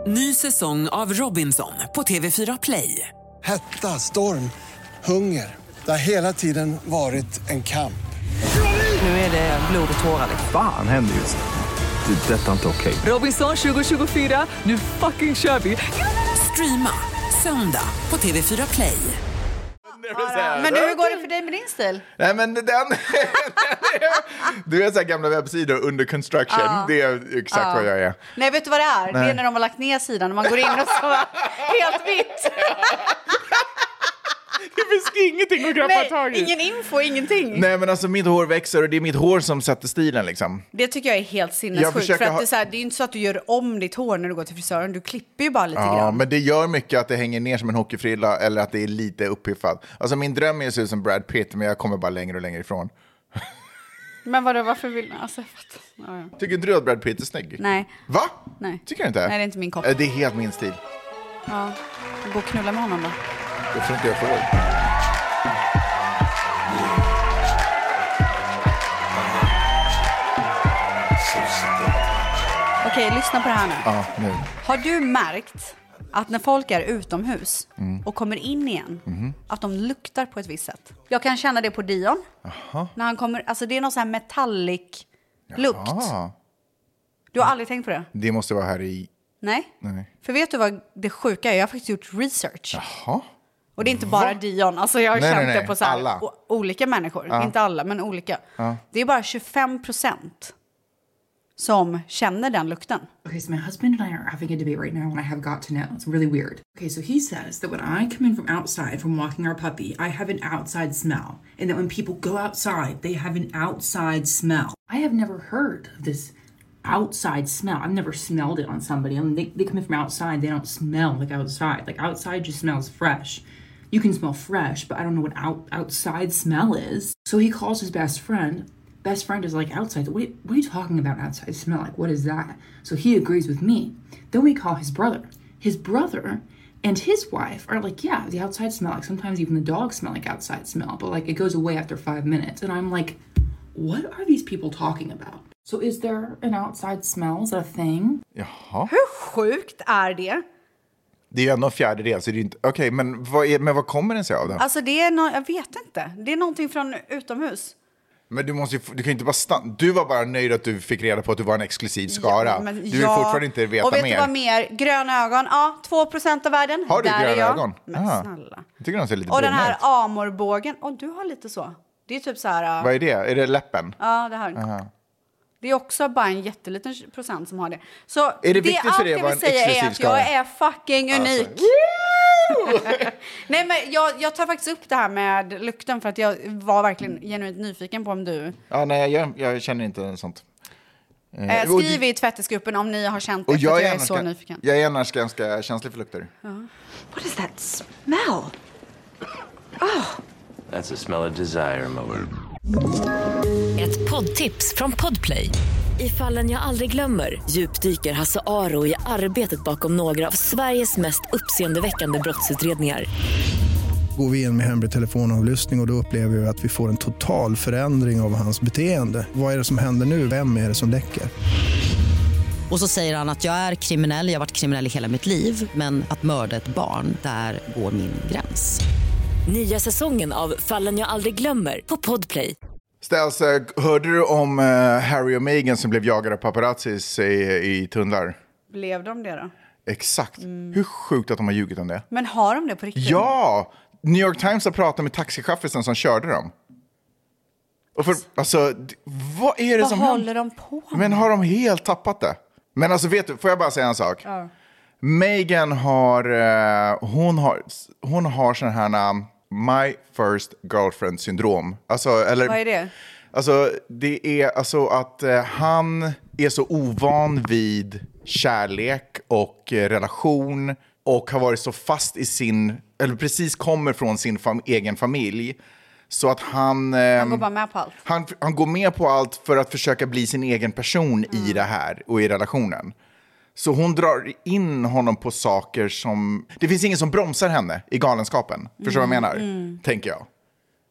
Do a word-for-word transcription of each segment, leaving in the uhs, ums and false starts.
Ny säsong av Robinson på T V fyra Play. Hetta, storm, hunger. Det har hela tiden varit en kamp. Nu är det blod och tårar. Fan händer just det. Det är detta inte okej. Robinson tjugo tjugofyra, nu fucking kör vi. Streama söndag på T V fyra Play. Men nu, hur går det för dig med din stil? Nej, men den, den är, du är så här gamla webbsidor under construction. Ja. Det är exakt ja. vad jag är. Nej, vet du vad det är? Nej. Det är när de har lagt ner sidan och man går in och så helt vitt. Det finns ingenting att greppa Nej, tag i. Ingen info, ingenting. Nej, men alltså mitt hår växer och det är mitt hår som sätter stilen liksom. Det tycker jag är helt sinnessjukt. För att ha... det, är så här, det är ju inte så att du gör om ditt hår när du går till frisören. Du klipper ju bara lite ja, grann. Ja, men det gör mycket att det hänger ner som en hockeyfrilla eller att det är lite upphiffat. Alltså min dröm är att se ut som Brad Pitt, men jag kommer bara längre och längre ifrån. Men vadå, varför vill man? Alltså, ja, ja. Tycker inte du att Brad Pitt är snygg? Nej. Va? Nej. Tycker du inte? Nej, det är inte min kopp. Det är helt min stil. Ja, gå och knulla med honom då. Jag tror inte jag får. Okej, lyssna på det här nu. Ja, nu. Har du märkt att när folk är utomhus mm. och kommer in igen, mm. att de luktar på ett visst sätt? Jag kan känna det på Dion. Aha. När han kommer, alltså det är någon sån här metallic lukt. Jaha. Du har aldrig tänkt på det? Det måste vara här i... Nej. Nej. För vet du vad det sjuka är? Jag har faktiskt gjort research. Jaha. Och det är inte bara Va? Dion. Alltså jag har nej, känt nej, nej. det på så här alla. O- olika människor. Ja. Inte alla, men olika. Ja. Det är bara tjugofem procent som känner den lukten. Okay, so my husband and I are having a debate right now and I have got to know. It's really weird. Okay, so he says that when I come in from outside from walking our puppy, I have an outside smell. And that when people go outside, they have an outside smell. I have never heard of this outside smell. I've never smelled it on somebody. I mean, they, they come in from outside, they don't smell like outside. Like outside just smells fresh. You can smell fresh, but I don't know what out, outside smell is. So he calls his best friend. Best friend is like, outside, what are, you, what are you talking about outside smell? Like, what is that? So he agrees with me. Then we call his brother. His brother and his wife are like, yeah, the outside smell. Like sometimes even the dogs smell like outside smell, but like it goes away after five minutes. And I'm like, what are these people talking about? So is there an outside smell? Is that a thing? Jaha. Hur sjukt är det? Det är ju ändå en fjärdedel, så det är inte... Okej, okay, men, vad är, men vad kommer den sig av då? Alltså det är no... jag vet inte. Det är någonting från utomhus. Men du måste ju, du kan ju inte bara stanna. Du var bara nöjd att du fick reda på att du var en exklusiv skara. Ja, men, du vill ja. fortfarande inte veta mer. Och vet mer. du vad mer? Gröna ögon, ja, två procent av världen. Har du där gröna är jag. ögon? Men Aha. snälla. Jag tycker de ser lite och den bruna här ut. amorbågen, och du har lite så. Det är typ så här. Uh... Vad är det? Är det läppen? Ja, det här. Aha. Det är också bara en jätteliten procent som har det. Så är det, det viktigt för det att vara en exklusiv skara? Jag är fucking unik. Alltså. Nej, men jag, jag tar faktiskt upp det här med lukten för att jag var verkligen genuint nyfiken på om du... Ja, nej, jag, jag känner inte sånt. Eh, eh, skriv i tvättisgruppen om ni har känt det, och jag, jag är så ska, nyfiken. Jag är annars ganska känslig för lukter. Uh-huh. What is that smell? Oh. That's a smell of desire, Mother. Ett poddtips från Podplay. I Fallen jag aldrig glömmer djupdyker Hasse Aro i arbetet bakom några av Sveriges mest uppseendeväckande brottsutredningar. Går vi in med hemlig telefonavlyssning och, och då upplever vi att vi får en total förändring av hans beteende. Vad är det som händer nu? Vem är det som läcker? Och så säger han att jag är kriminell, jag har varit kriminell i hela mitt liv. Men att mörda ett barn, där går min gräns. Nya säsongen av Fallen jag aldrig glömmer på Podplay. Ställs, hörde du om uh, Harry och Meghan som blev jagade av paparazzis i, i tunnlar? Blev de det då? Exakt. Mm. Hur sjukt att de har ljugit om det. Men har de det på riktigt? Ja! New York Times har pratat med taxichaffisen som körde dem. Och för, alltså, vad är det vad som håller de på med? Men har de helt tappat det? Men alltså, vet du, får jag bara säga en sak? Ja. Meghan har, uh, hon har, hon har sån här... Um, My first girlfriend syndrom. Alltså, eller, vad är det? Alltså, det är alltså att eh, han är så ovan vid kärlek och eh, relation och har varit så fast i sin, eller precis kommer från sin fam- egen familj. Så att han... Eh, han går bara med på allt. Han, han går med på allt för att försöka bli sin egen person mm. i det här och i relationen. Så hon drar in honom på saker som... Det finns ingen som bromsar henne i galenskapen. Förstår du mm, vad jag menar? Mm. Tänker jag.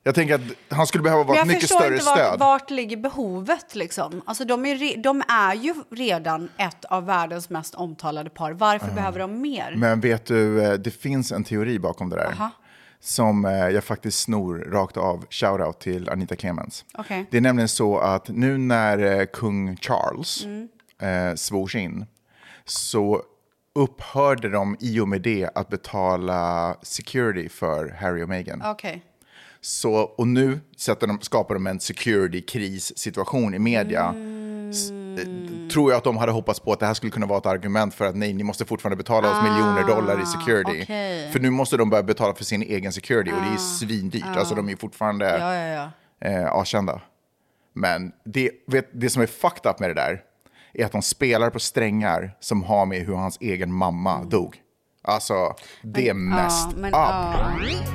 Jag tänker att han skulle behöva vara ett mycket större stöd. Jag förstår inte vart, vart ligger behovet liksom. Alltså de är, re, de är ju redan ett av världens mest omtalade par. Varför uh. behöver de mer? Men vet du, det finns en teori bakom det där. Uh-huh. Som jag faktiskt snor rakt av. Shoutout till Anita Clemens. Okay. Det är nämligen så att nu när kung Charles mm. eh, svors in så upphörde de i och med det att betala security för Harry och Meghan. Okay. Så, och nu sätter de, skapar de en security-krissituation i media. Mm. S- tror jag att de hade hoppats på att det här skulle kunna vara ett argument för att nej, ni måste fortfarande betala oss ah, miljoner dollar i security. Okay. För nu måste de börja betala för sin egen security ah, och det är svindyrt. Ah. Alltså de är fortfarande ja, ja, ja. Eh, avkända. Men det, vet, det som är fucked up med det där är att de spelar på strängar som har med hur hans egen mamma mm. dog. Alltså, det men, är mest ah, men, up. Ah.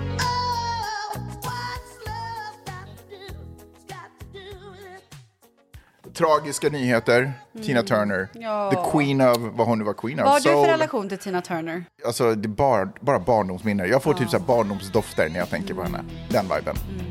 Tragiska nyheter, mm. Tina Turner. Ja. The queen of, vad hon nu var queen of. Vad har du för relation till Tina Turner? Alltså, det är bara, bara barndomsminnen. Jag får ja. typ så här barndomsdofter när jag tänker på henne. Den viben. Mm.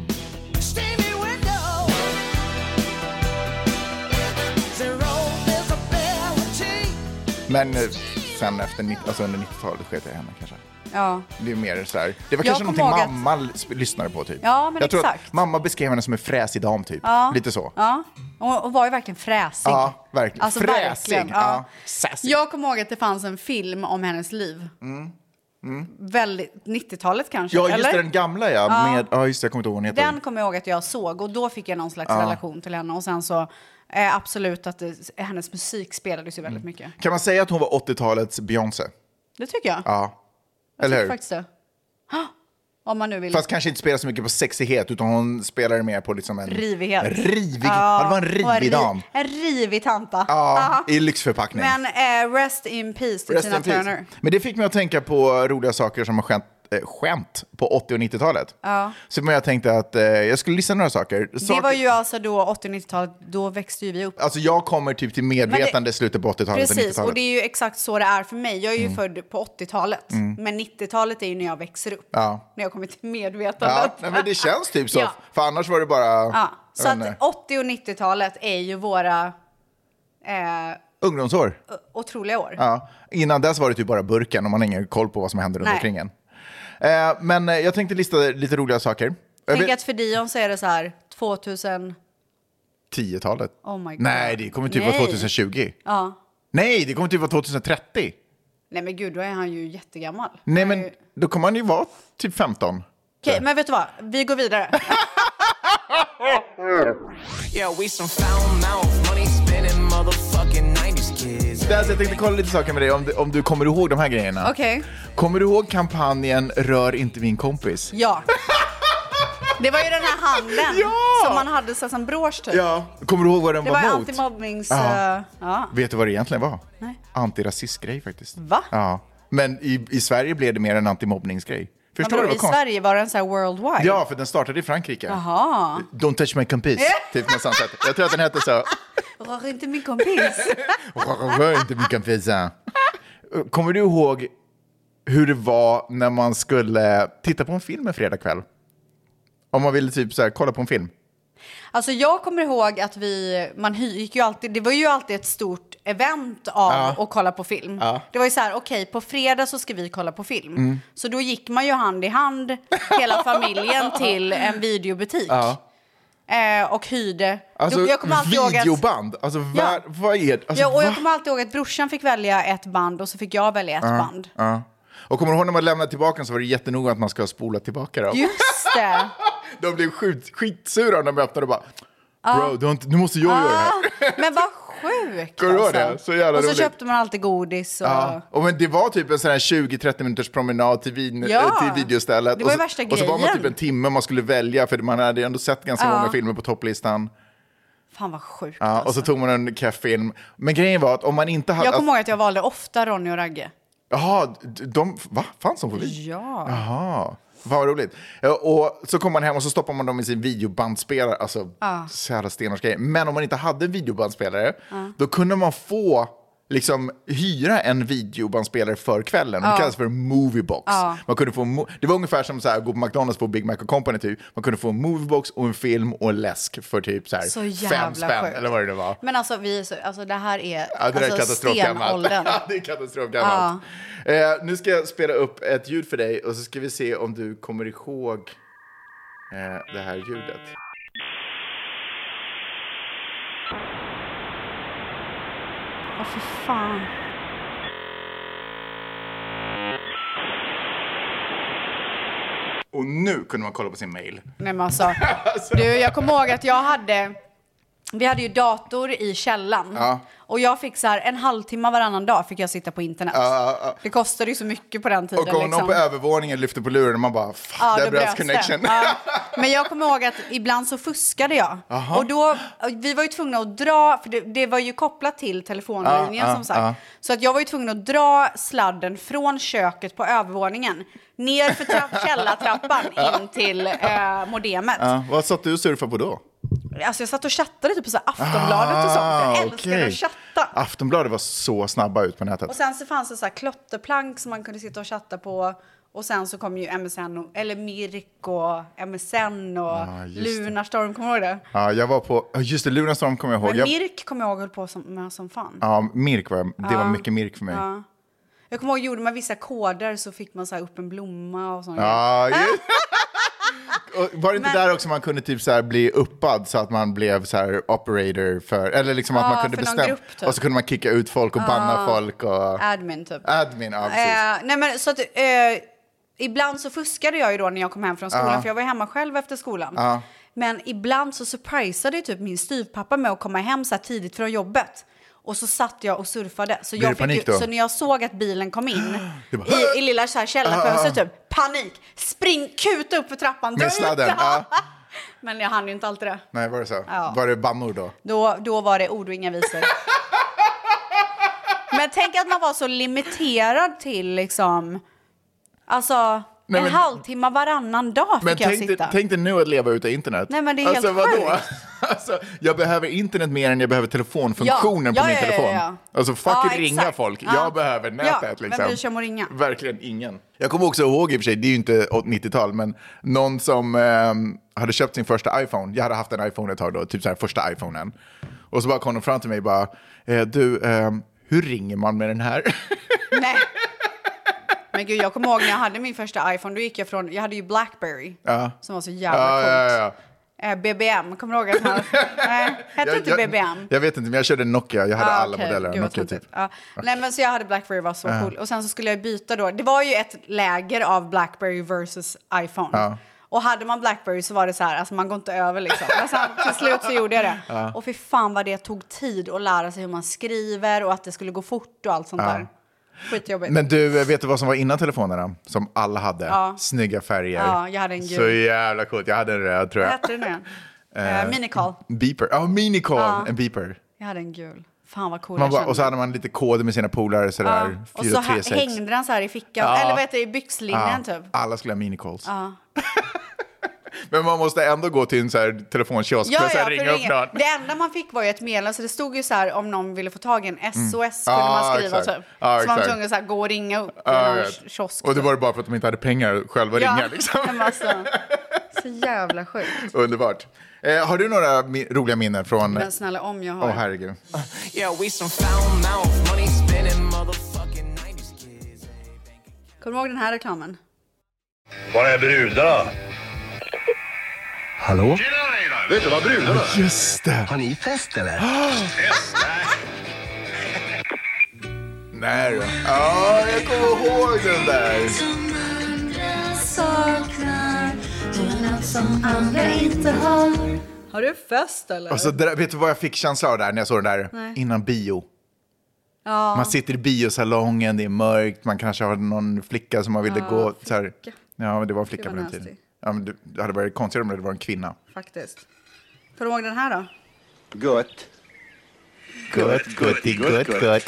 Men sen efter nittio, alltså under nittiotalet sket jag henne kanske. Ja. Det är mer så här. Det var jag kanske någonting mamma att... lyssnade på typ. Ja, men jag tror exakt. Att mamma beskrev henne som en fräsig dam typ. Ja. Lite så. Ja. Och, och var ju verkligen fräsig. Ja, verkligen. Alltså, fräsig. Verkligen. Ja. Ja. Jag kommer ihåg att det fanns en film om hennes liv. Mm. Mm. Väldigt nittiotalet kanske. Ja, just eller? Den gamla ja. Ja. Med, ja, just det. Jag kommer inte ihåg vad hon heter. Den kommer jag ihåg att jag såg. Och då fick jag någon slags ja. relation till henne. Och sen så eh, absolut att det, hennes musik spelades ju väldigt mm. mycket. Kan man säga att hon var åttiotalets Beyoncé? Det tycker jag. Ja. Jag eller hur? Faktiskt det. Om man nu vill. Fast kanske inte spelar så mycket på sexighet utan hon spelar mer på liksom en rivighet. Rivig. Ja, det var en rivig dam. En rivig tanta. Ja, i lyxförpackning. Men eh, rest in peace till rest Tina Turner. Peace. Men det fick mig att tänka på roliga saker som har skämt, äh, skämt på åttio- och nittiotalet. Ja. Så jag tänkte att äh, jag skulle lyssna några saker. Det saker... var ju alltså då åttio- och nittiotalet, då växte ju vi upp. Alltså jag kommer typ till medvetande det... slutet på åttiotalet Precis, och nittiotalet. och det är ju exakt så det är för mig. Jag är ju mm. född på åttiotalet. Mm. Men nittiotalet är ju när jag växer upp. Ja. När jag kommer till medvetandet. Ja, nej, men det känns typ så. Ja. För annars var det bara... Ja. Så att åttio- och nittiotalet är ju våra... Eh, ungdomsår. Otroliga år. Ja. Innan dess var det typ bara burken och man har ingen koll på vad som händer runt omkring en. Eh, men jag tänkte lista lite roliga saker. Tänk vet... att för Dion så är det så här tvåtusen... tiotalet. Oh my God. Nej, det kommer typ Nej. vara tjugohundratjugo. Ja. Nej, det kommer typ vara tjugotrettio. Nej men gud, då är han ju jättegammal. Nej, men ju... då kommer han ju vara typ femton. Okej, okay, men vet du vad? Vi går vidare. Jag tänkte kolla lite saker med dig om du, om du kommer ihåg de här grejerna. Okej. Okay. Kommer du ihåg kampanjen Rör inte min kompis? Ja. Det var ju den här handen ja! som man hade så som brosch typ. Ja, kommer du ihåg vad den det var, var mot? Antimobbnings... Ja. Uh, ja. Vet du vad det egentligen var? Nej. Antirasistgrej faktiskt. Va? Ja. Men i, i Sverige blev det mer en antimobbningsgrej. Förstår du? I Konst? Sverige var den så här worldwide? Ja, för den startade i Frankrike. Jaha. Don't touch my kompis. Typ nästan sätt. Jag tror att den hette så. Rör inte min kompis. Rör inte min kompis. Kommer du ihåg hur det var när man skulle titta på en film en fredag kväll? Om man ville typ så här, kolla på en film. Alltså jag kommer ihåg att vi, man gick ju alltid, det var ju alltid ett stort event av ja. att kolla på film. Ja. Det var ju så här, okej, okay, på fredag så ska vi kolla på film. Mm. Så då gick man ju hand i hand, hela familjen, till en videobutik. Ja. Eh, och hyrde. Alltså, jag kommer alltid videoband? Att, alltså, var, ja. vad är det? Alltså, ja, och va? jag kommer alltid ihåg att brorsan fick välja ett band och så fick jag välja ett ja. band. Ja. Och kommer du ihåg när man lämnade tillbaka så var det jättenoga att man ska spola tillbaka dem. Just det. De blev skit, skitsura när de öppnade och bara, bro, du, inte, du måste jag ah, göra det här. Men vad sjukt alltså. Det? Så jävla och så roligt. köpte man alltid godis. Och... Ja. Och men det var typ en sån här tjugo till trettio minuters promenad till, vin, ja. till videostället. Det var ju och, så, värsta och så var man typ en timme man skulle välja, för man hade ändå sett ganska ja. många filmer på topplistan. Fan vad sjukt. Ja, alltså. Och så tog man en keffilm. Men grejen var att om man inte hade... Jag kommer ihåg att jag valde ofta Ronny och Ragge. Jaha, de... Va? Fanns de på video? Ja. Jaha. Vad roligt. Och så kommer man hem och så stoppar man dem i sin videobandspelare. Alltså, ah. så jävla stenårsgrej. Men om man inte hade en videobandspelare, ah. då kunde man få liksom hyra en videobandspelare för kvällen. Ja. Det kallas för Moviebox. Ja. Man kunde få mo- det var ungefär som så här, gå på McDonalds på Big Mac och Company typ. Man kunde få en Moviebox och en film och en läsk för typ så här så fem spänn sjukt. eller vad det var. Men alltså, vi, alltså det här är, ja, det alltså, stenåldern. Ja, det är katastrofgammalt. Ja. Eh, nu ska jag spela upp ett ljud för dig och så ska vi se om du kommer ihåg eh, det här ljudet. Åh, för fan. Och nu kunde man kolla på sin mail. Nej men alltså, du, jag kommer ihåg att jag hade, vi hade ju dator i källan. Ja. Och jag fick så här, en halvtimme varannan dag fick jag sitta på internet. Ja, ja. Det kostade ju så mycket på den tiden. Och kom liksom. någon på övervåningen lyfte på luren och man bara, fuck, ja, det bröts connection. Ja. Men jag kommer ihåg att ibland så fuskade jag. Aha. Och då, vi var ju tvungna att dra, för det, det var ju kopplat till telefonlinjen ja, som sagt. Ja. Så att jag var ju tvungen att dra sladden från köket på övervåningen ner för trapp, källartrappan in till eh, modemet. Ja. Vad satt du och surfade på då? Alltså jag satt och chattade typ på så här Aftonbladet ah, och sånt. Jag älskade okay. att chatta. Aftonbladet var så snabba ut på nätet. Och sen så fanns det så här klotterplank som man kunde sitta och chatta på. Och sen så kom ju M S N, och, eller Mirk och M S N och ah, Lunarstorm, kommer du ihåg det? Ja, jag var på, just det, Lunarstorm kommer jag ihåg. Men Mirk kommer jag ihåg höll på som, med som fan. Ja, Mirk var, det ja. var mycket Mirk för mig. Ja. Jag kommer ihåg, gjorde man vissa koder så fick man så här upp en blomma och sånt. Ja, och var det inte men, där också man kunde typ så här bli uppad så att man blev så här operator för, eller liksom ja, att man kunde bestämma grupp, typ. Och så kunde man kicka ut folk och banna ja, folk och admin typ. Admin, ja, precis. Eh, nej men så att eh, ibland så fuskade jag ju då när jag kom hem från skolan uh. för jag var hemma själv efter skolan. Uh. Men ibland så surprisade ju typ min styvpappa med att komma hem så här tidigt från jobbet. Och så satt jag och surfade. Så, jag fick ju, så när jag såg att bilen kom in bara, i, i lilla så här källarfönstret, uh, uh. typ panik. Spring, kuta upp för trappan. Med sladden. Uh. Men jag hann ju inte alltid det. Nej, var det så? Ja. Var det bannor då? då? Då var det ord och inga visor. Men tänk att man var så limiterad till liksom... Alltså... Nej, en men, halvtimme varannan dag fick jag sitta. Men tänk dig nu att leva utan internet. Nej, men det är alltså, helt sjukt. Alltså, jag behöver internet mer än jag behöver telefonfunktionen ja, på ja, min ja, telefon. Ja, ja. Alltså fuck ja, ringa exakt. folk. Ja. Jag behöver nätet ja, liksom. Men bryr sig om att ringa. Verkligen ingen. Jag kommer också ihåg i och för sig, det är ju inte nittiotal, men någon som eh, hade köpt sin första iPhone. Jag hade haft en iPhone ett tag då, typ så här första iPhonen. Och så bara kom de fram till mig och bara, eh, du, eh, hur ringer man med den här? Nej. Men gud, jag kommer ihåg när jag hade min första iPhone, då gick jag från, jag hade ju Blackberry, ja. som var så jävla ja, coolt. Ja, ja. Eh, B B M, kommer du ihåg att man, nej, hette jag, inte jag, B B M? Jag vet inte, men jag körde Nokia, jag hade ah, alla okay. modeller. Gud, Nokia typ. Ja. Nej, men så jag hade Blackberry, var så uh-huh. cool. Och sen så skulle jag byta då, det var ju ett läger av Blackberry versus iPhone. Uh-huh. Och hade man Blackberry så var det så här, alltså man går inte över liksom. Men sen till slut så gjorde jag det. Uh-huh. Och för fan vad det tog tid att lära sig hur man skriver och att det skulle gå fort och allt sånt uh-huh. där. Skitjobbigt. Men du, vet du vad som var innan telefonerna? Som alla hade. Ja. Snygga färger. Ja, jag hade en gul. Så jävla coolt. Jag hade en röd, tror jag. Vad hette den igen? Uh, Minicall. Beeper. Ja, oh, Minicall. Ja. En beeper. Jag hade en gul. Fan vad cool man bara, och så hade man lite koder med sina polare sådär. Ja. Och så tre, hängde den så här i fickan. Ja. Eller vad heter det, i byxlinjen ja. typ. Alla skulle ha Minicalls. Ja. Men man måste ändå gå till en så här telefonkiosk ja, och så här ja, ringa upp någon. Det enda man fick var ju ett meddelande. Så det stod ju så här om någon ville få tag i en S O S mm. kunde ah, man skriva exakt. typ. Ah, så man var tvungen att så här, gå och ringa upp ah, i någon kiosk. Och det var det bara för att de inte hade pengar själva att ja. ringa liksom. Men alltså, så jävla sjukt. Underbart. Eh, har du några mi- roliga minnen från... Men snälla om jag har. Åh oh, herregud. Kommer du ihåg den här reklamen? Var är brudarna? Hallå? Vet du vad brudarna? Just det. Har ni fest eller? Fest? Nej då. Ja, jag kommer ihåg den där. Som andra inte har. Har du fest eller? Och så, vet du vad jag fick känsla av där när jag såg den där? Nej. Innan bio. Ja. Man sitter i biosalongen, det är mörkt, man kanske har någon flicka som man ville ja, gå så här. Ja, det var en flicka på den tiden. Ja, men det hade varit konstigt om det var en kvinna. Faktiskt. Får du ihåg den här då? Gott. Gott, gott, gott, gott.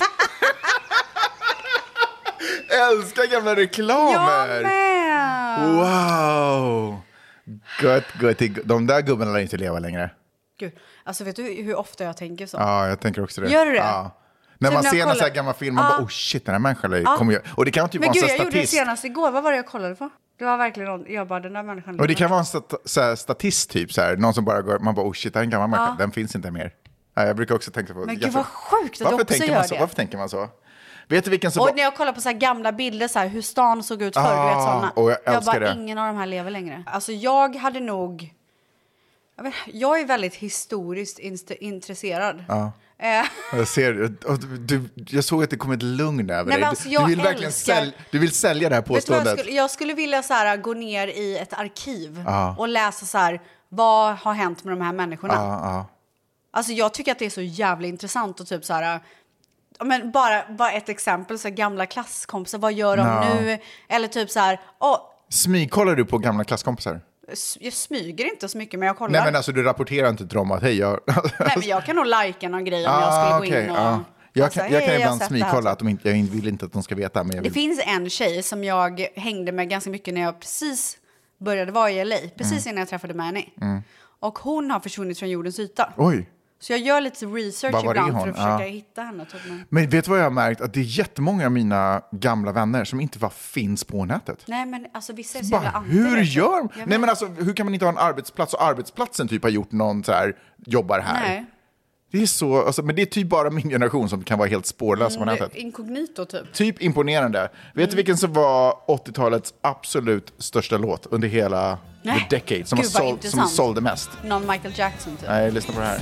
Älskar gamla reklamer. Jag med. Wow. Gott, gott. De där gubbarna lär inte leva längre. Gud, alltså vet du hur ofta jag tänker så? Ja, jag tänker också det. Gör du det? Ja. När typ man när ser jag en sån här kollar- gammal film, man Ja. bara, oh shit, den här människan Ja. kommer ju... Och det kan typ Men vara gud, en jag sån gjorde det statist. senast igår. Vad var det jag kollade på? Det var verkligen någon, jag bara, den där människan... Och det kan vara en stat, så här, statist typ, så här, någon som bara går, man bara, oh shit, det här är en gammal människa, den finns inte mer. Ja, jag brukar också tänka på... Men gud vad sjukt att du varför också tänker gör man så? det. Varför tänker man så? Vet du vilken som Och var... när jag kollar på så här gamla bilder, så här, hur stan såg ut förr, Ah, du vet sådana. och jag jag älskar bara, det. ingen av de här lever längre. Alltså jag hade nog... Jag, vet, jag är väldigt historiskt inst- intresserad. Ja. Eh, Jag ser, och du, jag såg att det kom ett lugn över Nej, dig. men alltså, Du, jag du vill verkligen älskar- sälja, du vill sälja det här vet du vad påståendet. jag, skulle, jag skulle vilja så här, gå ner i ett arkiv Ja. och läsa så här, vad har hänt med de här människorna? Ja, ja. Alltså jag tycker att det är så jävla intressant och typ så här... ja, Men bara, bara ett exempel, så här, gamla klasskompisar, vad gör de Ja. nu? Eller typ så här, åh, Smygkollar du på gamla klasskompisar? s- jag smyger inte så mycket, men jag kollar. Nej, men alltså du rapporterar inte till dem att hej, jag... Nej, men jag kan nog likea någon grej om jag skulle Ah, gå okej, in och... ja. Jag och säga, kan, jag kan "Hej, har ibland sett det här." smygkolla att de inte, jag vill inte att de ska veta. Men jag Det vill... finns en tjej som jag hängde med ganska mycket när jag precis började vara i L A. Precis innan jag träffade Manny. Mm. Och hon har försvunnit från jordens yta. Oj. Så jag gör lite research Vad var det ibland hon? för att försöka Ja. hitta henne. Typ. Men... Men vet du vad jag har märkt? Att det är jättemånga av mina gamla vänner som inte bara finns på nätet. Nej, men alltså vissa är så jävla Bara, anti. hur vet du. gör Jag Nej vet. men alltså, hur kan man inte ha en arbetsplats och arbetsplatsen typ har gjort någon så här, jobbar här? Nej. Det är så, alltså, men det är typ bara min generation som kan vara helt spårlös på Mm, nätet. det- Inkognito typ. Typ imponerande. Vet du vilken som var åttiotalets absolut största låt under hela Nej. the decade? Som, har Gud, vad såld, som intressant. sålde mest? Någon Michael Jackson typ. Nej, lyssna på det här.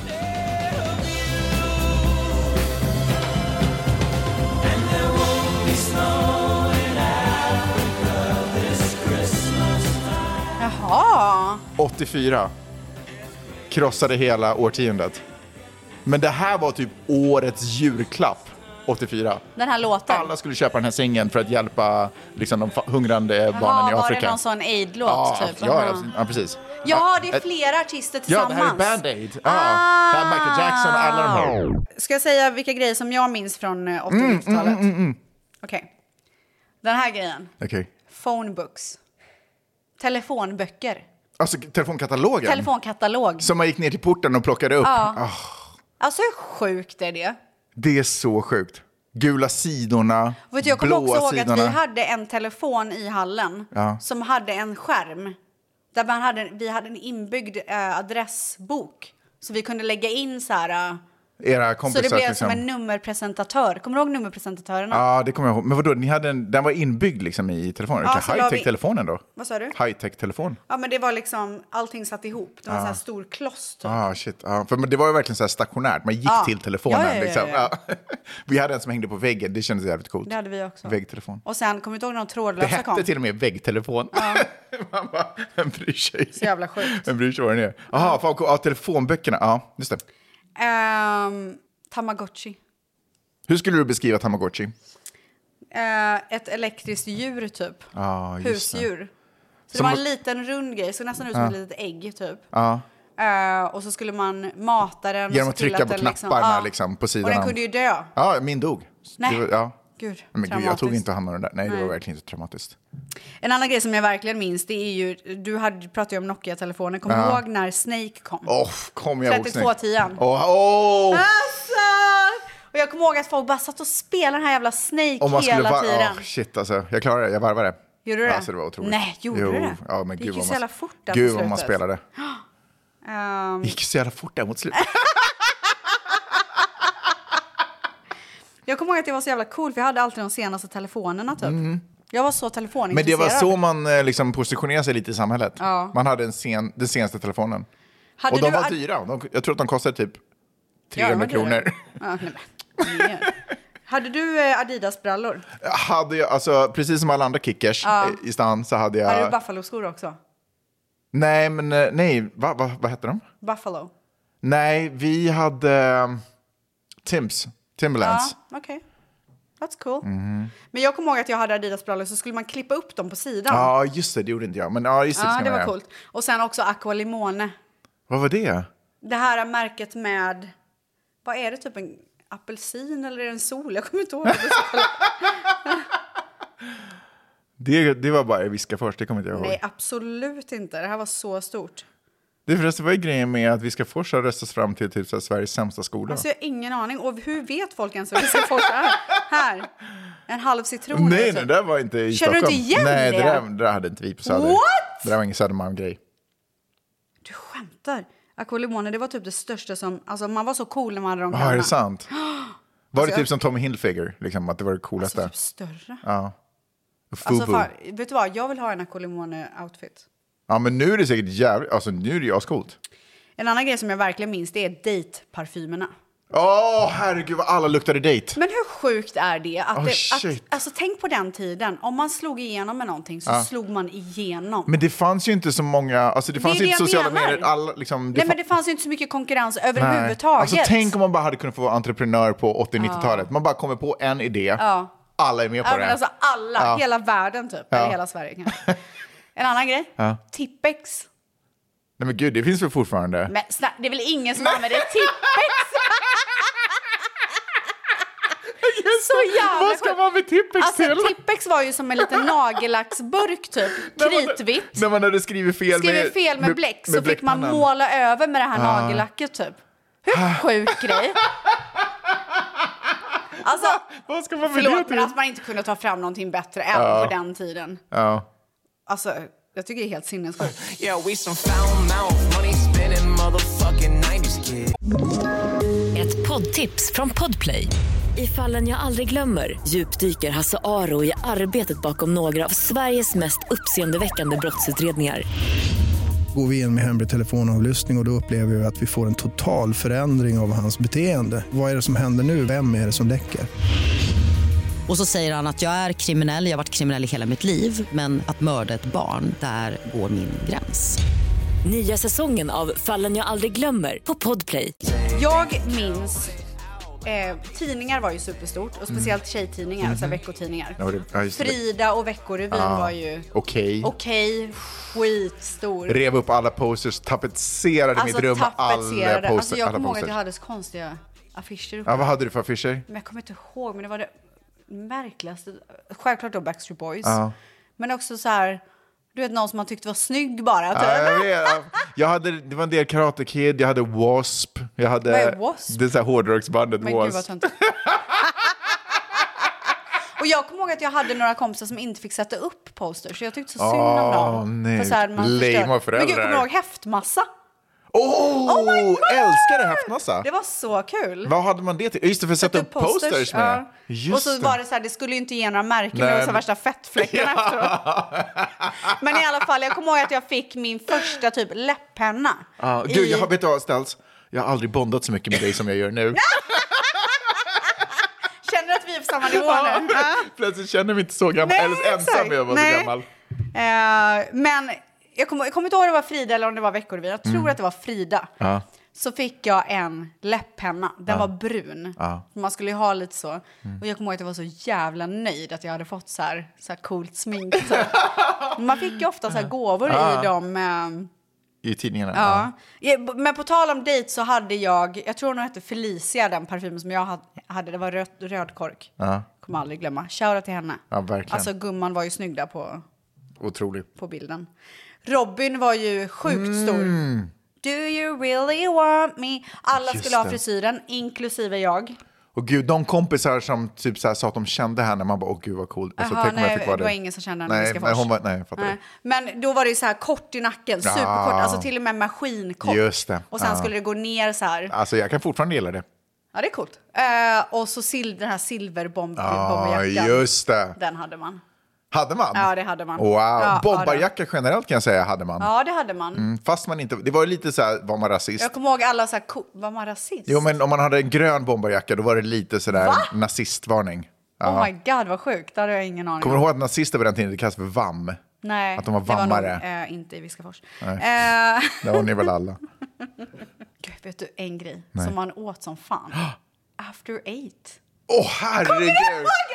Jaha. åttiofyra. Krossade hela årtiondet. Men det här var typ årets julklapp. åttiofyra. Den här låten. Alla skulle köpa den här singeln för att hjälpa liksom, de fa- hungrande barnen i var Afrika. det någon sån aid-låt Ja, typ? ja, Aha. ja, ja, precis. Ja, det är ett- flera artister Ja, tillsammans. det här är Band-Aid. Ja, det här är Michael Jackson och alla de här. Ska jag säga vilka grejer som jag minns från eh, åttio och Mm, nittiotalet? mm, mm, mm. Okej. Den här grejen. Okej. Phonebooks. Telefonböcker. Alltså telefonkatalogen. Telefonkatalog. Som man gick ner till porten och plockade upp. Ja. Ah, Alltså hur sjukt är det? det är så sjukt. Gula sidorna, Vet du, jag kommer blåa också ihåg sidorna. att vi hade en telefon i hallen Ja. som hade en skärm. Där man hade, vi hade en inbyggd eh, adressbok. Så vi kunde lägga in så här... eh, Era så kompisar det blev liksom. som en nummerpresentatör. Kommer du ihåg nummerpresentatörerna? Ja, det kommer jag ihåg. Men vadå, ni hade en, den var inbyggd liksom i telefonen? Ja, Vilken så la vi- high-tech-telefon ändå? Vad sa du? High-tech-telefon. Ja, men det var liksom, allting satt ihop. Det var en sån här stor kloss typ. Ah, shit. Ja, för det var ju verkligen så här stationärt. Man gick Ja. till telefonen. Ja, ja, ja, liksom. ja. Ja. Vi hade en som hängde på väggen. Det kändes jävligt coolt. Det hade vi också. Väggtelefon. Och sen, kommer du inte ihåg när de Det trådlösa hette kom? till och med väggtelefon. Man bara, vem bryr sig? Så jävla sjukt. Vem bryr sig vad den är? Jaha, fan, ja, telefonböckerna. Ja, just det. Ehm, Tamagotchi. Hur skulle du beskriva Tamagotchi? Eh, ett elektriskt djur typ. Ja, just det. Husdjur. Så Som det var var- en liten rund grej, så nästan ut som Ja. ett litet ägg typ. Ja. Eh, och så skulle man mata den. Genom och att se till trycka på den knapparna ja. liksom, på Och sidorna. den kunde ju dö. Ja, min dog. Nej. Det var, ja. Gud, Men gud, jag tog traumatiskt. inte hand om den där. Nej, det Nej. var verkligen inte traumatiskt. En annan grej som jag verkligen minns, det är ju, du hade, pratade ju om Nokia-telefonen. Kommer du Ja. ihåg när Snake kom? Åh, oh, kom jag ihåg trettiotvå tio. Åh, åh! Alltså! Och jag kommer ihåg att folk bara satt och spelade den här jävla Snake Om man skulle hela va- tiden. åh, shit alltså, jag klarade det, jag varvade det. Gjorde du det? Alltså, det var otroligt. Nej, gjorde jo. du det? Ja, men Det gud, gick ju vad så man- jävla fort där Gud på vad man slutet. spelade. Ehm, Det gick så jävla fort där mot slutet. jag kommer ihåg att det var så jävla cool, för jag hade alltid de senaste telefonerna typ. Mm. Jag var så Men telefonintresserad. det var så man eh, liksom positionerade sig lite i samhället. Ja. Man hade en sen, den senaste telefonen. Hade och de du var ad- dyra. De, jag tror att de kostade typ Ja, de var trehundra dyra. kronor. Ja, nej, men, mer. Hade du eh, Adidas-brallor? Hade jag, alltså, precis som alla andra kickers Ja. eh, i stan så hade jag... Hade du Buffalo-skor också? Nej, men eh, nej. Va, va, vad hette de? Buffalo? Nej, vi hade um, Timbs. Timberlands. Ja, okej. That's cool. Mhm. Men jag kommer ihåg att jag hade Adidas-brallor, så skulle man klippa upp dem på sidan. Ja, just det. Det gjorde inte jag. Men ja, just det. Ja, ska det man var göra. coolt. Och sen också Aqua Limone. Vad var det? Det här märket med, vad är det, typ en apelsin eller är det en sol? Jag kommer inte ihåg. Det, det var bara jag viskade först. Det kommer inte jag ihåg. Nej, absolut inte. Det här var så stort. Det är förresten vad är grejen med att vi ska forsa röstas fram till typ så här, Sveriges sämsta skola? Alltså jag har ingen aning. Och hur vet folk ens vad vi ska forsa här? Här. En halv citron. Nej, det där var inte i Känner Stockholm. du inte igen Nej, det? det där, det där hade inte vi på Söder. What? Det där var ingen Södermalm-grej. Du skämtar. Aqua Limone, det var typ det största som... Alltså man var så cool när man hade de Ja, är det sant? Var alltså, det typ jag... som Tommy Hilfiger? Liksom, att det var det coolaste? Alltså typ större. Ja. Alltså fan, vet du vad? Jag vill ha en Aqua Limone-outfit. Ja, men nu är det säkert jävligt... Alltså nu är det ju ascoolt. En annan grej som jag verkligen minns, det är date-parfymerna. Åh, oh, herregud vad alla luktade date. Men hur sjukt är det? Att oh, det shit. att, alltså tänk på den tiden. Om man slog igenom med någonting så ja. slog man igenom. Men det fanns ju inte så många... Alltså det fanns det ju inte sociala menar. medier. Alla, liksom, det Nej, men det fanns ju inte så mycket konkurrens överhuvudtaget. Alltså tänk om man bara hade kunnat få vara entreprenör på åttio-nittiotalet. Ja. Man bara kommer på en idé. Ja. Alla är med på ja, det. Men alltså alla, ja. hela världen typ. Ja. Eller hela Sverige kanske. En annan grej. Ja. Tippex. Nej men gud, det finns väl fortfarande. Men snart, det är väl ingen som använder Tippex? Så jävla vad ska man med Tippex alltså, till? Tippex var ju som en liten nagellacksburk typ. Kritvitt. När man hade skrivit fel skrivit med, fel med, med bläck med så fick man måla över med det här ah. nagellacket typ. Hur sjuk grej? Alltså, vad ska man med förlåt, det till? Men att man inte kunde ta fram någonting bättre än ja. på den tiden. Ja. Alltså, jag tycker det är helt sinnessjukt. Yeah, we some foul mouth, money spinning motherfucking nineties kid. Ett poddtips från Podplay. I Fallen jag aldrig glömmer djupdyker Hasse Aro i arbetet bakom några av Sveriges mest uppseendeväckande brottsutredningar. Går vi in med hemlig telefonavlyssning och, och då upplever vi att vi får en total förändring av hans beteende. Vad är det som händer nu? Vem är det som läcker? Och så säger han att jag är kriminell, jag har varit kriminell i hela mitt liv. Men att mörda ett barn, där går min gräns. Nya säsongen av Fallen jag aldrig glömmer på Podplay. Jag minns... Eh, tidningar var ju superstort. Och speciellt tjejtidningar, mm. alltså veckotidningar. Ja, det, ja, Frida och Veckorevyn ah, var ju... Okej. Okay. Okej, okay, skitstor. Rev upp alla posters, tapetserade alltså, mitt rum. Tapetserade. Alla posters, alltså jag kommer ihåg posters. att jag hade så konstiga affischer uppe. Ja, vad hade du för affischer? Men jag kommer inte ihåg, men det var det märkligaste. Självklart då Backstreet Boys. Ah. Men också så här... Du vet, någon som man tyckte var snygg bara. Typ. Ja, jag vet. Jag hade, det var en del Karate Kid, jag hade W A S P. Jag hade, vad är W A S P? Det är så här hårdrocksbandet Men W A gud S P. vad tönt. Och jag kommer ihåg att jag hade några kompisar som inte fick sätta upp posters. Så jag tyckte så synd oh, om dem. Nej. För så här, man Lame föräldrar. Men gud, kommer du ihåg häftmassa? Oh, oh my God! Älskar det häftmassa. Det var så kul. Vad hade man det till? Just det, för att sätta upp posters, posters med. Ja. Just och så det. var det så här, det skulle ju inte ge några märken. Det var så värsta fettfläckarna ja. efteråt. Men i alla fall, jag kommer ihåg att jag fick min första typ läpppenna. Ah, gud, i... jag har, vet du vad, Ställs? Jag har aldrig bondat så mycket med dig som jag gör nu. Känner du att vi är på samma nivå nu? Ja. Plötsligt känner vi inte så gammal. Nej, eller ensam jag var Nej. så gammal. Uh, men jag kommer, jag kommer inte ihåg om det var Frida eller om det var Veckorevyn. Jag tror mm. att det var Frida. Ja. Så fick jag en läpppenna. Den ja. var brun. Ja. Man skulle ju ha lite så. Mm. Och jag kommer ihåg att jag var så jävla nöjd att jag hade fått så här, så här coolt smink. Så. Man fick ju ofta så här gåvor ja. i dem. Uh, I tidningarna? Ja. ja. Men på tal om dejt så hade jag, jag tror hon hette Felicia, den parfymen som jag hade. Det var röd, röd kork. Ja. Kommer aldrig glömma. Shoutout till henne. Ja, verkligen. Alltså gumman var ju snygg där på, Otroligt. på bilden. Robin var ju sjukt mm. stor. Do you really want me? Alla Just skulle ha frisyren, inklusive jag. Och gud, de kompisar som typ så här sa att de kände henne, man bara, åh gud vad coolt. Och så Aha, nej, jag fick vara det var det. ingen som kände henne. Nej, nej, hon var, nej, jag fattar nej. Men då var det ju så här kort i nacken, superkort. Ah. Alltså till och med maskinkort. Just det. Och sen ah. skulle det gå ner så här. Alltså jag kan fortfarande gilla det. Ja, det är coolt. Uh, och så sil- den här silverbomberjackan. Ja, ah, just det. Den hade man. Hade man? Ja, det hade man. Wow, ja, bombarjacka ja, generellt kan jag säga hade man. Ja, det hade man. Mm, fast man inte, det var lite så här, var man rasist? Jag kommer ihåg alla så här, var man rasist? Jo, men om man hade en grön bombarjacka då var det lite så där Va? nazistvarning. Aha. Oh my god, vad sjukt. Det hade jag ingen aning. Kommer du ihåg att nazister på den tiden, det kallas för V A M? Nej, att de var vammare. Det var nog, äh, inte i Viskafors. Nej. Äh. Det var ni väl alla. Gud, vet du en grej Nej. som man åt som fan? After eight. Åh, oh, herregud! Kommer du ihåg After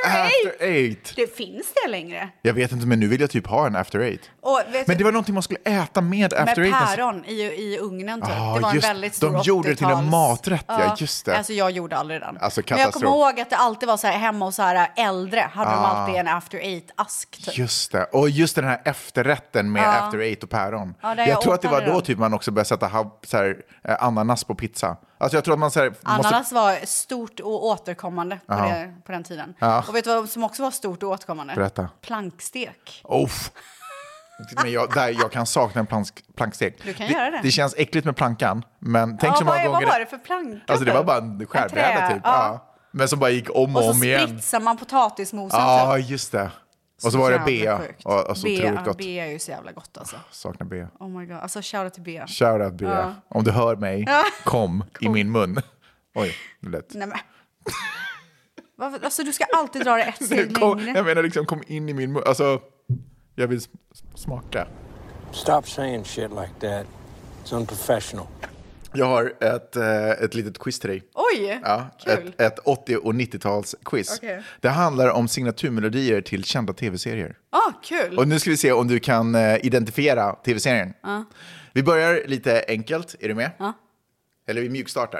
After Eight. Det finns det längre. Jag vet inte, men nu vill jag typ ha en After Eight. Och, vet men du, det var någonting man skulle äta med After med Eight. Med päron i, i ugnen typ. Ah, det var just, en väldigt stor de gjorde det till en maträtt, ja, ja just det. Alltså jag gjorde aldrig den. Alltså, men jag kommer ihåg att det alltid var så här hemma hos så här äldre. Hade ah, de alltid en After Eight-ask typ. Just det, och just den här efterrätten med ah. After Eight och päron. Ah, jag, jag tror att det var då typ man också började sätta så här, ananas på pizza. Alltså jag tror att man så här, ananas måste... var stort och återkommande på, det, på den tiden. Ah. Och vet du vad som också var stort och återkommande? Berätta. Plankstek. Oh. Men jag, där, jag kan sakna en plank, plankstek. Du kan det, göra det. Det känns äckligt med plankan. Men tänk ja, så många vad, gånger... Vad var det för planka? Alltså det var bara en skärbräda typ. Ja. Ja. Men som bara gick om och, och om igen. Och så spritsar man potatismosen. Ja, typ. Just det. Och så var det Bea. Och, och så Bea, otroligt gott. Bea är ju så jävla gott alltså. Saknar Bea. Oh my god. Alltså shoutout till Bea. Shoutout Bea. Ja. Om du hör mig, ja. kom i min mun. Oj, det lät. Nej men. Varför? Alltså du ska alltid dra det ett steg kom, längre. Jag menar liksom kom in i min mun. Alltså, jag vill smaka. Stop saying shit like that. It's unprofessional. Jag har ett, ett litet quiz till dig. Oj, ja, kul. Ett, ett åttio- och nittio-tals-quiz. Okay. Det handlar om signaturmelodier till kända tv-serier. Ah, kul. Och nu ska vi se om du kan identifiera tv-serien. Uh. Vi börjar lite enkelt. Är du med? Uh. Eller vi mjukstartar.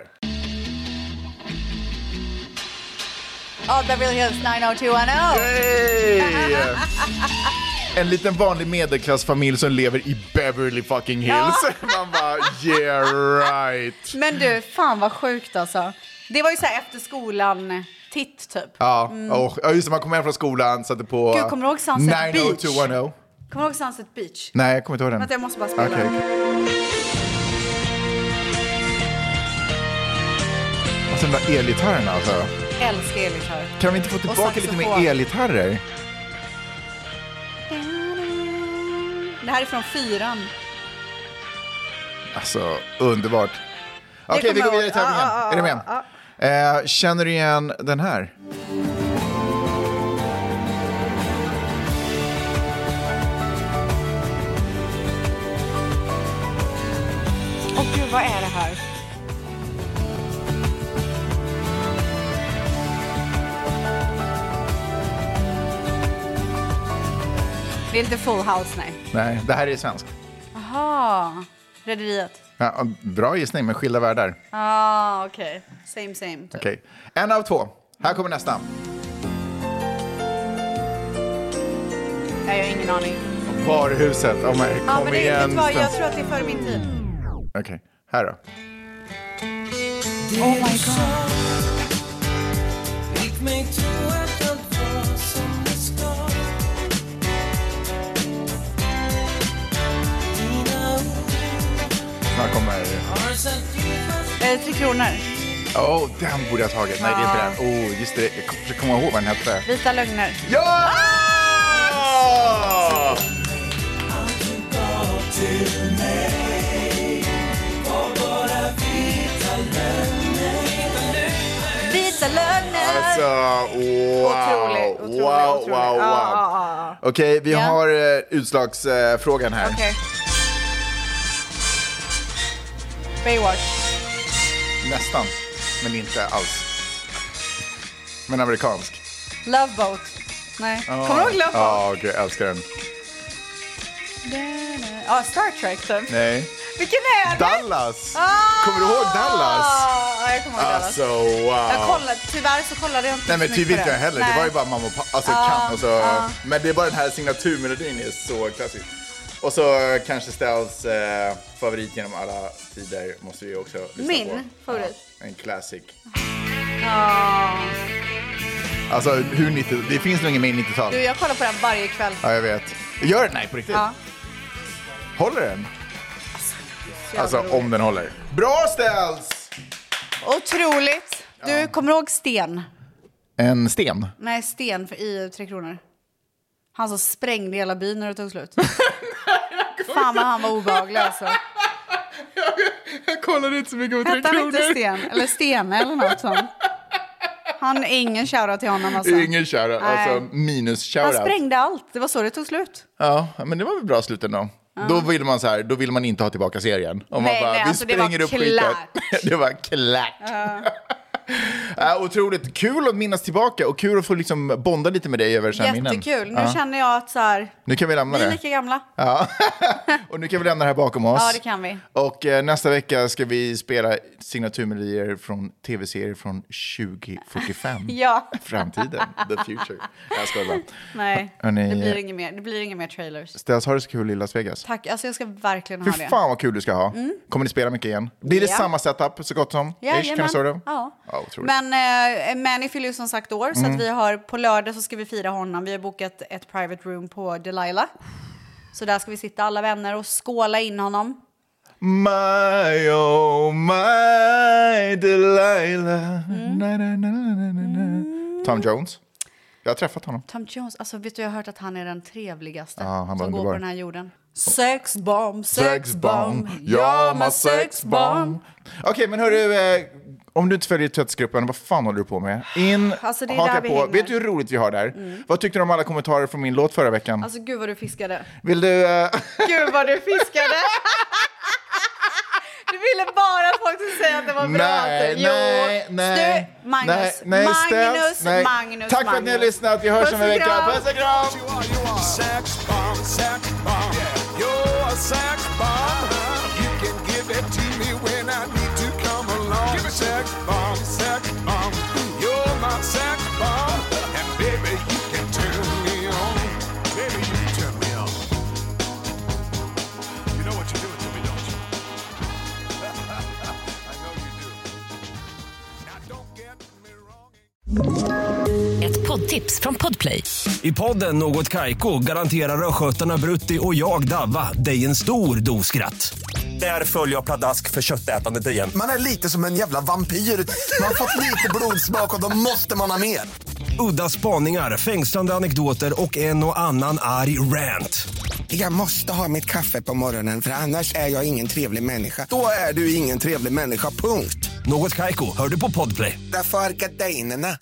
Oh, Beverly Hills nine oh two one oh. Yay! En liten vanlig medelklassfamilj som lever i Beverly fucking Hills. Ja. Man bara, yeah right. Men du, fan vad sjukt alltså. Det var ju så här efter skolan titt typ. Ja, mm. och, ja just det, man kom hem från skolan, satte på Gud, kommer du ihåg Sunset nine oh two one oh? Kommer du ihåg Sunset Beach? Nej, jag kommer inte ihåg den. Vänta, jag måste bara spela. Okay. Alltså de där elgitarrerna alltså. Älskar elgitarrer. Kan vi inte få tillbaka lite mer elgitarrer? Det här är från fyran. Alltså, underbart. Okej, okay, vi går vidare i tävlingen. Ah, ah, ah, är du med? Ah, ah. Eh, känner du igen den här? Åh oh, gud, vad är det här? Det är inte Full House, nej. Nej, det här är svensk. Aha, Rederiet. Ja, bra gissning, men skilda världar. Ah, okej. Okay. Same, same. Typ. Okej. Okay. En av två. Här kommer nästa. Nej, jag har ingen aning. Varuhuset. Oh, men, kom ja, men det, igen. Vet vad, jag tror att det är före min tid. Okej, okay. Här då. Oh my god. Här kommer... Eh, tre kronor. Åh, oh, den borde jag ha tagit. Nej, det är inte den. Oh, just det. Jag kommer komma ihåg vad den hette. Vita lögner. Ja! Ah! Vita lögner. Alltså, wow. Otroligt, otroligt, wow, otroligt. wow, wow. Ah, ah, ah. Okej, okay, vi yeah. har uh, utslagsfrågan uh, här. Okej. Okay. Baywatch. Nästan, men inte alls. Men amerikansk. Love Boat. Nej. Oh. Kommer du ihåg Love Boat? Ja, oh, okej, okay, älskar den. Ja, oh, Star Trek typ. Nej. Vilken är det? Dallas. Ah! Kommer du ihåg Dallas? Ja, jag kommer ihåg Dallas. Alltså, wow. Jag kollade, tyvärr så kollade jag inte. Nej, men typ inte jag heller. Nej. Det var ju bara mamma och pappa. Alltså, ah, kan, alltså, ah. Men det är bara den här signaturmelodin är så klassisk. Och så kanske Stells eh, favorit genom alla tider måste vi också lyssna Min på. favorit? Ja, en classic. Ja. Alltså, hur nittio... Det finns nog ingen mer nittiotal. Du, jag kollar på den varje kväll. Ja, jag vet. Gör den? Nej, på riktigt? Ja. Håller den? Alltså, alltså om den håller. Bra Stells! Otroligt. Du, ja. Kommer du ihåg Sten? En sten? Nej, Sten för i Tre Kronor. Han som sprängde hela byn när det tog slut. Fan vad han var obehaglig alltså. Jag, jag kollade inte så mycket på Tre Kronor. Hette han inte Sten? Eller Stene eller något sånt. Han, ingen shoutout till honom alltså. Ingen shoutout, alltså minus shoutout. Han sprängde allt, det var så det tog slut. Ja, men det var väl bra slut ändå. Ja. Då vill man så här, då vill man inte ha tillbaka serien. Och nej, man bara, nej, vi alltså spränger det var upp skiten. Det var klart. Ja. Äh, otroligt kul att minnas tillbaka och kul att få liksom bonda lite med dig över så här minnen. Jättekul. Nu ja. känner jag att så här, nu kan vi lämna vi är det. lika gamla. Ja. Och nu kan vi lämna det här bakom oss. Ja, det kan vi. Och eh, nästa vecka ska vi spela signaturmelodier från tv-serier från tjugo fyrtiofem. Ja. Framtiden. The future. Jag skojar bara. Nej, Hörrni, det blir inget mer. Det blir inga mer trailers. Ställs, har det så kul i Las Vegas? Tack, alltså jag ska verkligen ha Fy det. fan vad kul du ska ha. Mm. Kommer ni spela mycket igen? Blir det ja. samma setup så gott som? Ja, Ish, kan jag säga det? Ja. Ja, men eh, Manny fyller ju som sagt år, mm. så att vi har på lördag så ska vi fira honom. Vi har bokat ett private room på Delilah. Så där ska vi sitta alla vänner och skåla in honom. My oh my Delilah. Mm. Na, na, na, na, na. Mm. Tom Jones. Jag har träffat honom. Tom Jones, alltså vet du, jag har hört att han är den trevligaste ja, han som underbar. går på den här jorden. Sex bomb, sex bomb, ja, my sex bomb. Okej, okay, men hörru, eh, om du inte följer tvättsgruppen, vad fan håller du på med? In, alltså, haka på. Vet du hur roligt vi har där? Mm. Vad tyckte du om alla kommentarer från min låt förra veckan? Alltså gud vad du fiskade. Vill du... Uh... Gud vad du fiskade. Du ville bara att folk skulle säga att det var bra. Nej, jo. nej, nej. Stu, Magnus, nej, nej, Magnus, nej. Magnus, tack för att ni har lyssnat. Vi hörs om en vecka. Puss och kram! Sex bomb, sex bomb. You're a sex bomb. You can give it to me when I need to come along. Sex bomb, sex bomb. You're my sex bomb. And baby, you can turn me on. Baby, you can turn me on. You know what you're doing to me, don't you? Ett poddtips från Podplay. I podden Något Kaiko garanterar östgötarna Brutti och jag Davva dig en stor dos skratt. Där följer jag pladask för köttätandet igen. Man är lite som en jävla vampyr. Man har fått lite blodsmak och då måste man ha mer. Udda spaningar, fängslande anekdoter och en och annan arg rant. Jag måste ha mitt kaffe på morgonen för annars är jag ingen trevlig människa. Då är du ingen trevlig människa, punkt. Något Kaiko, hör du på Podplay. Därför är gardinerna.